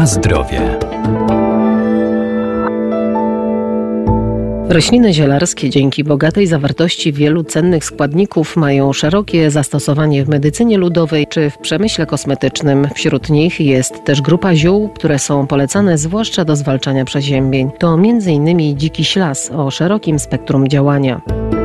Na zdrowie. Rośliny zielarskie dzięki bogatej zawartości wielu cennych składników mają szerokie zastosowanie w medycynie ludowej czy w przemyśle kosmetycznym. Wśród nich jest też grupa ziół, które są polecane zwłaszcza do zwalczania przeziębień. To m.in. dziki ślas o szerokim spektrum działania.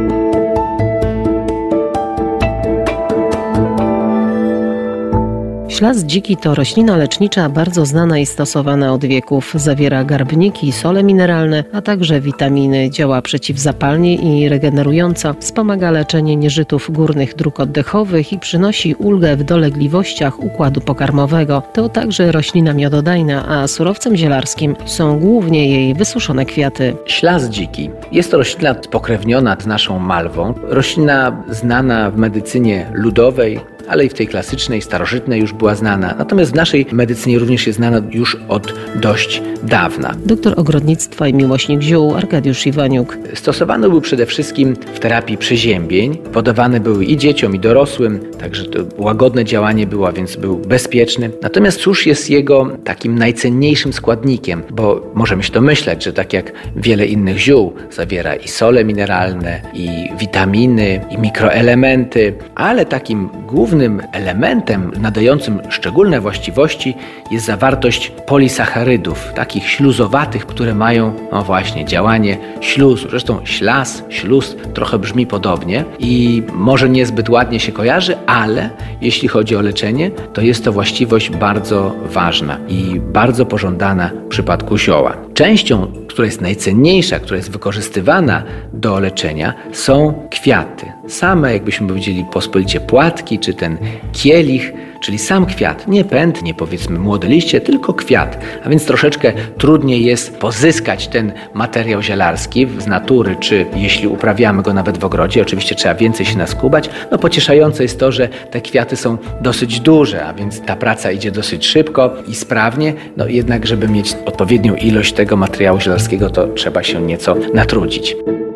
Ślas dziki to roślina lecznicza bardzo znana i stosowana od wieków. Zawiera garbniki, sole mineralne, a także witaminy. Działa przeciwzapalnie i regenerująco. Wspomaga leczenie nieżytów górnych dróg oddechowych i przynosi ulgę w dolegliwościach układu pokarmowego. To także roślina miododajna, a surowcem zielarskim są głównie jej wysuszone kwiaty. Ślas dziki. Jest to roślina spokrewniona z naszą malwą. Roślina znana w medycynie ludowej, ale i w tej klasycznej, starożytnej już była znana. Natomiast w naszej medycynie również jest znana już od dość dawna. Doktor ogrodnictwa i miłośnik ziół Arkadiusz Iwaniuk. Stosowany był przede wszystkim w terapii przeziębień. Podawane były i dzieciom, i dorosłym, także to łagodne działanie było, a więc był bezpieczny. Natomiast cóż jest jego takim najcenniejszym składnikiem? Bo możemy się domyślać, że tak jak wiele innych ziół zawiera i sole mineralne, i witaminy, i mikroelementy, ale takim głównym elementem nadającym szczególne właściwości jest zawartość polisacharydów, takich śluzowatych, które mają, no właśnie, działanie śluzu. Zresztą śluz trochę brzmi podobnie i może niezbyt ładnie się kojarzy, ale jeśli chodzi o leczenie, to jest to właściwość bardzo ważna i bardzo pożądana w przypadku zioła. Częścią, która jest najcenniejsza, która jest wykorzystywana do leczenia, są kwiaty. Same, jakbyśmy powiedzieli pospolicie, płatki, czy ten kielich, czyli sam kwiat, nie pęd, nie powiedzmy młode liście, tylko kwiat. A więc troszeczkę trudniej jest pozyskać ten materiał zielarski z natury, czy jeśli uprawiamy go nawet w ogrodzie, oczywiście trzeba więcej się naskubać. No pocieszające jest to, że te kwiaty są dosyć duże, a więc ta praca idzie dosyć szybko i sprawnie. No jednak, żeby mieć odpowiednią ilość tego materiału zielarskiego, to trzeba się nieco natrudzić.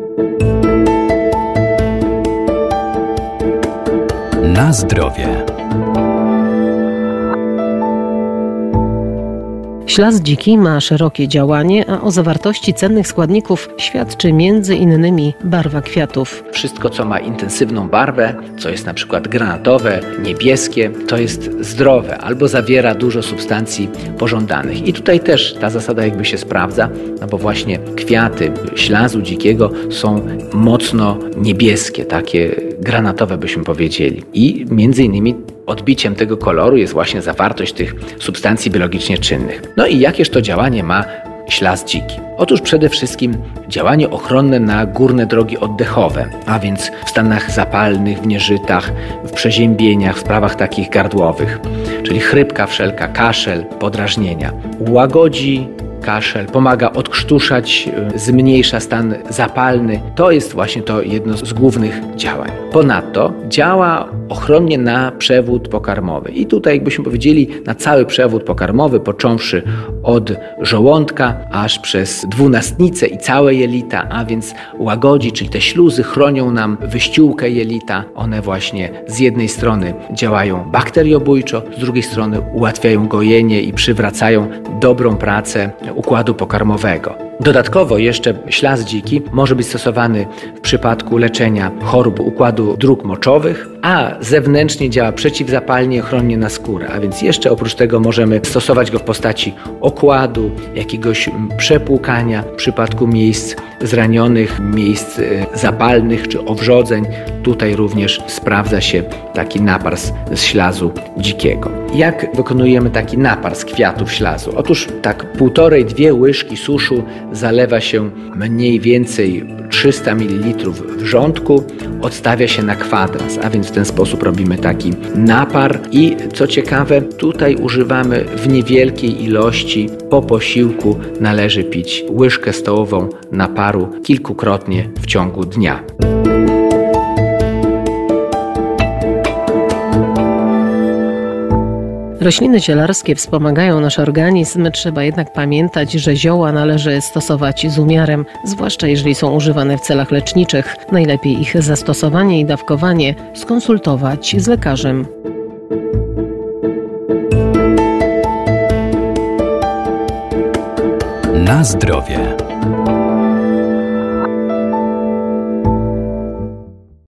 Na zdrowie. Ślas dziki ma szerokie działanie, a o zawartości cennych składników świadczy m.in. barwa kwiatów. Wszystko, co ma intensywną barwę, co jest na przykład granatowe, niebieskie, to jest zdrowe albo zawiera dużo substancji pożądanych. I tutaj też ta zasada jakby się sprawdza, no bo właśnie kwiaty ślazu dzikiego są mocno niebieskie, takie granatowe byśmy powiedzieli. I między innymi odbiciem tego koloru jest właśnie zawartość tych substancji biologicznie czynnych. No i jakież to działanie ma ślas dziki? Otóż przede wszystkim działanie ochronne na górne drogi oddechowe, a więc w stanach zapalnych, w nieżytach, w przeziębieniach, w sprawach takich gardłowych, czyli chrypka wszelka, kaszel, podrażnienia. Łagodzi kaszel, pomaga odkrztuszać, zmniejsza stan zapalny. To jest właśnie to jedno z głównych działań. Ponadto działa ochronnie na przewód pokarmowy. I tutaj jakbyśmy powiedzieli na cały przewód pokarmowy, począwszy od żołądka, aż przez dwunastnicę i całe jelita, a więc łagodzi, czyli te śluzy chronią nam wyściółkę jelita. One właśnie z jednej strony działają bakteriobójczo, z drugiej strony ułatwiają gojenie i przywracają dobrą pracę układu pokarmowego. Dodatkowo jeszcze ślas dziki może być stosowany w przypadku leczenia chorób układu dróg moczowych, a zewnętrznie działa przeciwzapalnie, ochronnie na skórę. A więc jeszcze oprócz tego możemy stosować go w postaci okładu, jakiegoś przepłukania w przypadku miejsc zranionych, miejsc zapalnych czy owrzodzeń. Tutaj również sprawdza się taki napar z ślazu dzikiego. Jak wykonujemy taki napar z kwiatów ślazu? Otóż tak 1,5–2 łyżki suszu zalewa się mniej więcej 300 ml wrzątku, odstawia się na kwadras, a więc w ten sposób robimy taki napar i co ciekawe, tutaj używamy w niewielkiej ilości. Po posiłku należy pić łyżkę stołową naparu kilkukrotnie w ciągu dnia. Rośliny zielarskie wspomagają nasz organizm, trzeba jednak pamiętać, że zioła należy stosować z umiarem, zwłaszcza jeżeli są używane w celach leczniczych. Najlepiej ich zastosowanie i dawkowanie skonsultować z lekarzem. Na zdrowie.